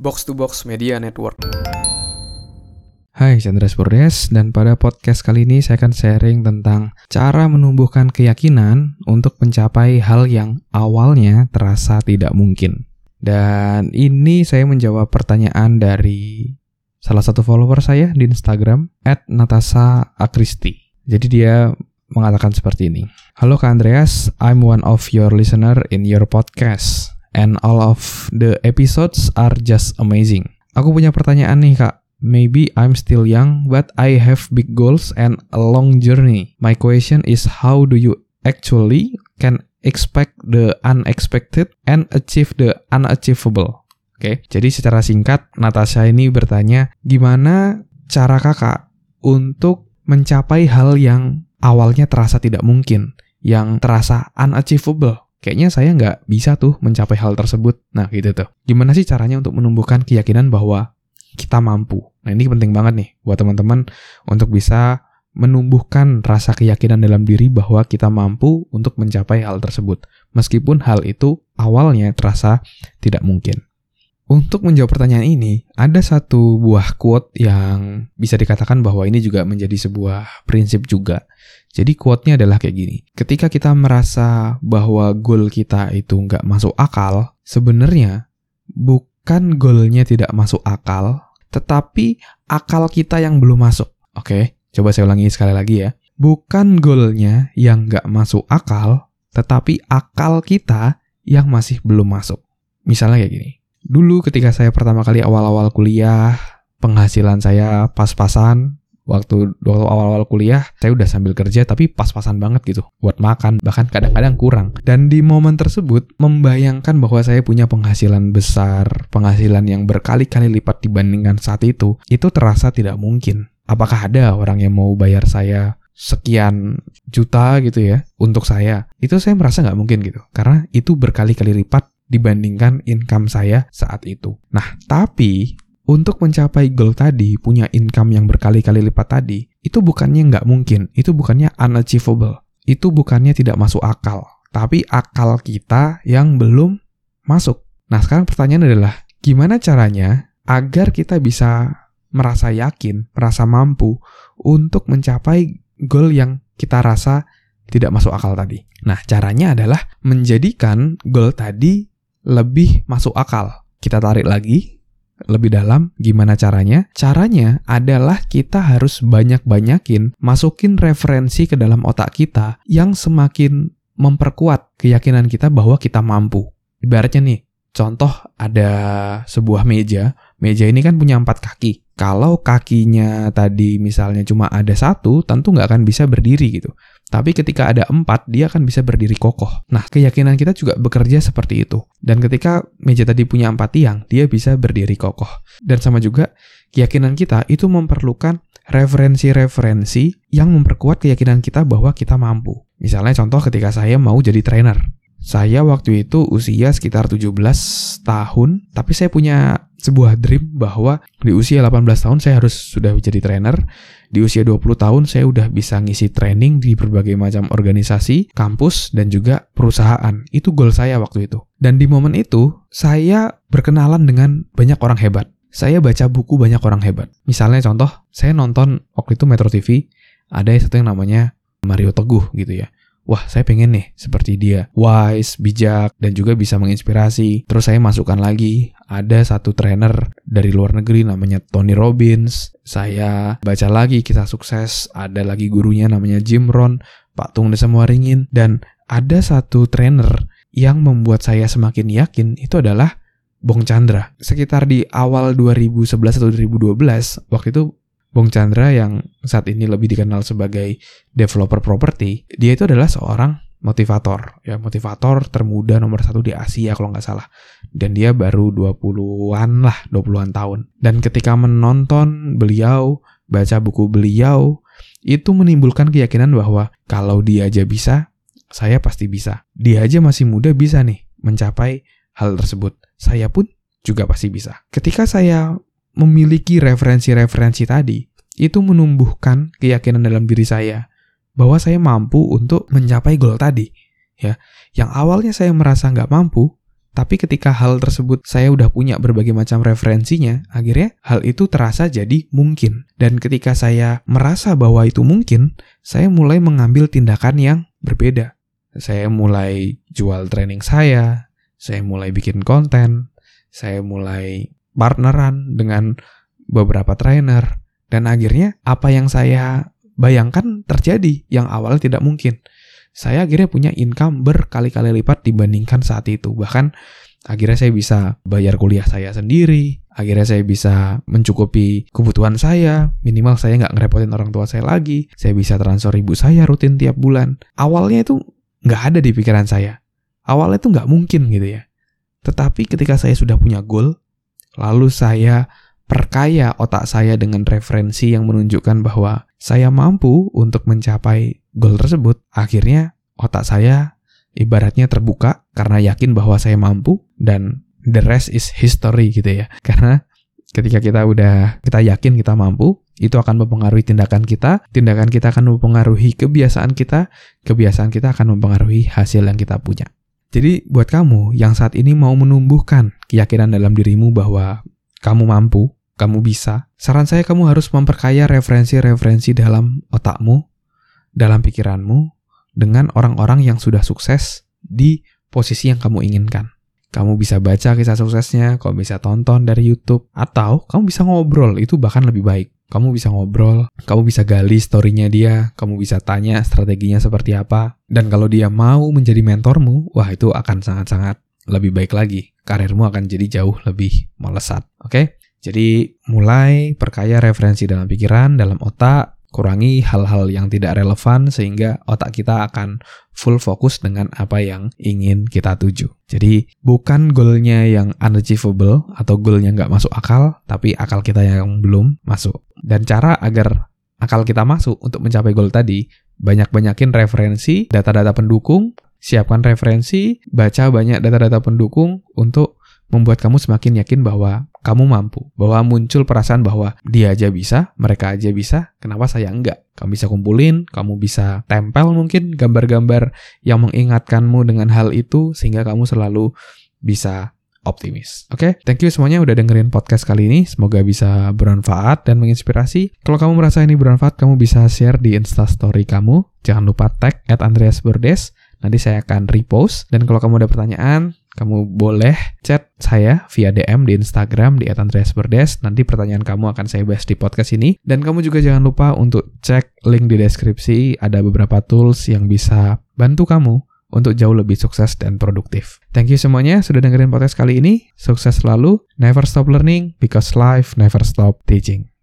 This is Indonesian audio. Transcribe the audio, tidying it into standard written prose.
Box to Box Media Network. Hai, Chandra Spurdes, dan pada podcast kali ini saya akan sharing tentang cara menumbuhkan keyakinan untuk mencapai hal yang awalnya terasa tidak mungkin. Dan ini saya menjawab pertanyaan dari salah satu follower saya di Instagram, @natasha_akristi. Jadi dia mengatakan seperti ini. Halo Kak Andreas, I'm one of your listener in your podcast, and all of the episodes are just amazing. Aku punya pertanyaan nih Kak. Maybe I'm still young, but I have big goals and a long journey. My question is, how do you actually can expect the unexpected and achieve the unachievable? Oke, jadi secara singkat, Natasha ini bertanya, gimana cara kakak untuk mencapai hal yang awalnya terasa tidak mungkin, yang terasa unachievable? Kayaknya saya nggak bisa tuh mencapai hal tersebut. Nah, gitu tuh. Gimana sih caranya untuk menumbuhkan keyakinan bahwa kita mampu? Nah, ini penting banget nih buat teman-teman untuk bisa menumbuhkan rasa keyakinan dalam diri bahwa kita mampu untuk mencapai hal tersebut. Meskipun hal itu awalnya terasa tidak mungkin. Untuk menjawab pertanyaan ini, ada satu buah quote yang bisa dikatakan bahwa ini juga menjadi sebuah prinsip juga. Jadi quote-nya adalah kayak gini. Ketika kita merasa bahwa goal kita itu nggak masuk akal, sebenarnya bukan goalnya tidak masuk akal, tetapi akal kita yang belum masuk. Oke, coba saya ulangi sekali lagi ya. Bukan goalnya yang nggak masuk akal, tetapi akal kita yang masih belum masuk. Misalnya kayak gini. Dulu ketika saya pertama kali awal-awal kuliah, penghasilan saya pas-pasan. Waktu awal-awal kuliah, saya udah sambil kerja tapi pas-pasan banget gitu. Buat makan, bahkan kadang-kadang kurang. Dan di momen tersebut, membayangkan bahwa saya punya penghasilan besar, penghasilan yang berkali-kali lipat dibandingkan saat itu terasa tidak mungkin. Apakah ada orang yang mau bayar saya sekian juta gitu ya, untuk saya? Itu saya merasa nggak mungkin gitu. Karena itu berkali-kali lipat dibandingkan income saya saat itu. Nah, tapi untuk mencapai goal tadi, punya income yang berkali-kali lipat tadi, itu bukannya nggak mungkin, itu bukannya unachievable, itu bukannya tidak masuk akal, tapi akal kita yang belum masuk. Nah, sekarang pertanyaan adalah, gimana caranya agar kita bisa merasa yakin, merasa mampu untuk mencapai goal yang kita rasa tidak masuk akal tadi? Nah, caranya adalah menjadikan goal tadi lebih masuk akal. Kita tarik lagi lebih dalam, gimana caranya? Caranya adalah kita harus banyak-banyakin masukin referensi ke dalam otak kita yang semakin memperkuat keyakinan kita bahwa kita mampu. Ibaratnya nih, contoh ada sebuah meja ini kan punya 4 kaki. Kalau kakinya tadi misalnya cuma ada 1, tentu nggak akan bisa berdiri gitu. Tapi ketika ada 4, dia akan bisa berdiri kokoh. Nah, keyakinan kita juga bekerja seperti itu. Dan ketika meja tadi punya 4 tiang, dia bisa berdiri kokoh. Dan sama juga, keyakinan kita itu memerlukan referensi-referensi yang memperkuat keyakinan kita bahwa kita mampu. Misalnya contoh ketika saya mau jadi trainer. Saya waktu itu usia sekitar 17 tahun, tapi saya punya sebuah dream bahwa di usia 18 tahun saya harus sudah jadi trainer. Di usia 20 tahun saya udah bisa ngisi training di berbagai macam organisasi, kampus, dan juga perusahaan. Itu goal saya waktu itu. Dan di momen itu, saya berkenalan dengan banyak orang hebat. Saya baca buku banyak orang hebat. Misalnya contoh, saya nonton waktu itu Metro TV, ada satu yang namanya Mario Teguh gitu ya. Wah, saya pengen nih seperti dia. Wise, bijak, dan juga bisa menginspirasi. Terus saya masukkan lagi, ada satu trainer dari luar negeri namanya Tony Robbins. Saya baca lagi kisah sukses, ada lagi gurunya namanya Jim Rohn, Pak Tung Desa Muaringin. Dan ada satu trainer yang membuat saya semakin yakin, itu adalah Bong Chandra. Sekitar di awal 2011 atau 2012, waktu itu Bong Chandra yang saat ini lebih dikenal sebagai developer properti, dia itu adalah seorang motivator termuda nomor 1 di Asia kalau nggak salah. Dan dia baru 20-an tahun. Dan ketika menonton beliau, baca buku beliau, itu menimbulkan keyakinan bahwa kalau dia aja bisa, saya pasti bisa. Dia aja masih muda bisa nih mencapai hal tersebut. Saya pun juga pasti bisa. Ketika saya memiliki referensi-referensi tadi, itu menumbuhkan keyakinan dalam diri saya bahwa saya mampu untuk mencapai goal tadi. Ya, yang awalnya saya merasa nggak mampu, Tapi ketika hal tersebut saya udah punya berbagai macam referensinya, akhirnya hal itu terasa jadi mungkin. Dan ketika saya merasa bahwa itu mungkin, saya mulai mengambil tindakan yang berbeda. Saya mulai jual training saya mulai bikin konten, saya mulai partneran dengan beberapa trainer, dan akhirnya apa yang saya bayangkan terjadi yang awalnya tidak mungkin. Saya akhirnya punya income berkali-kali lipat dibandingkan saat itu. Bahkan akhirnya saya bisa bayar kuliah saya sendiri, akhirnya saya bisa mencukupi kebutuhan saya, minimal saya nggak ngerepotin orang tua saya lagi, saya bisa transfer ibu saya rutin tiap bulan. Awalnya itu nggak ada di pikiran saya. Awalnya itu nggak mungkin gitu ya. Tetapi ketika saya sudah punya goal, lalu saya perkaya otak saya dengan referensi yang menunjukkan bahwa saya mampu untuk mencapai goal tersebut, akhirnya otak saya ibaratnya terbuka karena yakin bahwa saya mampu, dan the rest is history gitu ya. Karena ketika kita yakin kita mampu, itu akan mempengaruhi tindakan kita akan mempengaruhi kebiasaan kita akan mempengaruhi hasil yang kita punya. Jadi buat kamu yang saat ini mau menumbuhkan keyakinan dalam dirimu bahwa kamu mampu, kamu bisa, saran saya kamu harus memperkaya referensi-referensi dalam otakmu, dalam pikiranmu, dengan orang-orang yang sudah sukses di posisi yang kamu inginkan. Kamu bisa baca kisah suksesnya, kamu bisa tonton dari YouTube, atau kamu bisa ngobrol, itu bahkan lebih baik. Kamu bisa ngobrol, kamu bisa gali story-nya dia, kamu bisa tanya strateginya seperti apa, dan kalau dia mau menjadi mentormu, wah itu akan sangat-sangat lebih baik lagi. Karirmu akan jadi jauh lebih melesat, oke? Jadi mulai perkaya referensi dalam pikiran, dalam otak, kurangi hal-hal yang tidak relevan sehingga otak kita akan full fokus dengan apa yang ingin kita tuju. Jadi bukan goalnya yang unachievable atau goalnya nggak masuk akal, tapi akal kita yang belum masuk. Dan cara agar akal kita masuk untuk mencapai goal tadi, banyak-banyakin referensi, data-data pendukung, siapkan referensi, baca banyak data-data pendukung untuk membuat kamu semakin yakin bahwa kamu mampu. Bahwa muncul perasaan bahwa dia aja bisa, mereka aja bisa, kenapa saya enggak? Kamu bisa kumpulin, kamu bisa tempel mungkin gambar-gambar yang mengingatkanmu dengan hal itu, sehingga kamu selalu bisa optimis. Oke? Thank you semuanya udah dengerin podcast kali ini. Semoga bisa bermanfaat dan menginspirasi. Kalau kamu merasa ini bermanfaat, kamu bisa share di Instastory kamu. Jangan lupa tag @andreasberdes. Nanti saya akan repost. Dan kalau kamu ada pertanyaan, kamu boleh chat saya via DM di Instagram di @andreasberdes. Nanti pertanyaan kamu akan saya bahas di podcast ini. Dan kamu juga jangan lupa untuk cek link di deskripsi. Ada beberapa tools yang bisa bantu kamu untuk jauh lebih sukses dan produktif. Thank you semuanya sudah dengerin podcast kali ini. Sukses selalu. Never stop learning because life never stop teaching.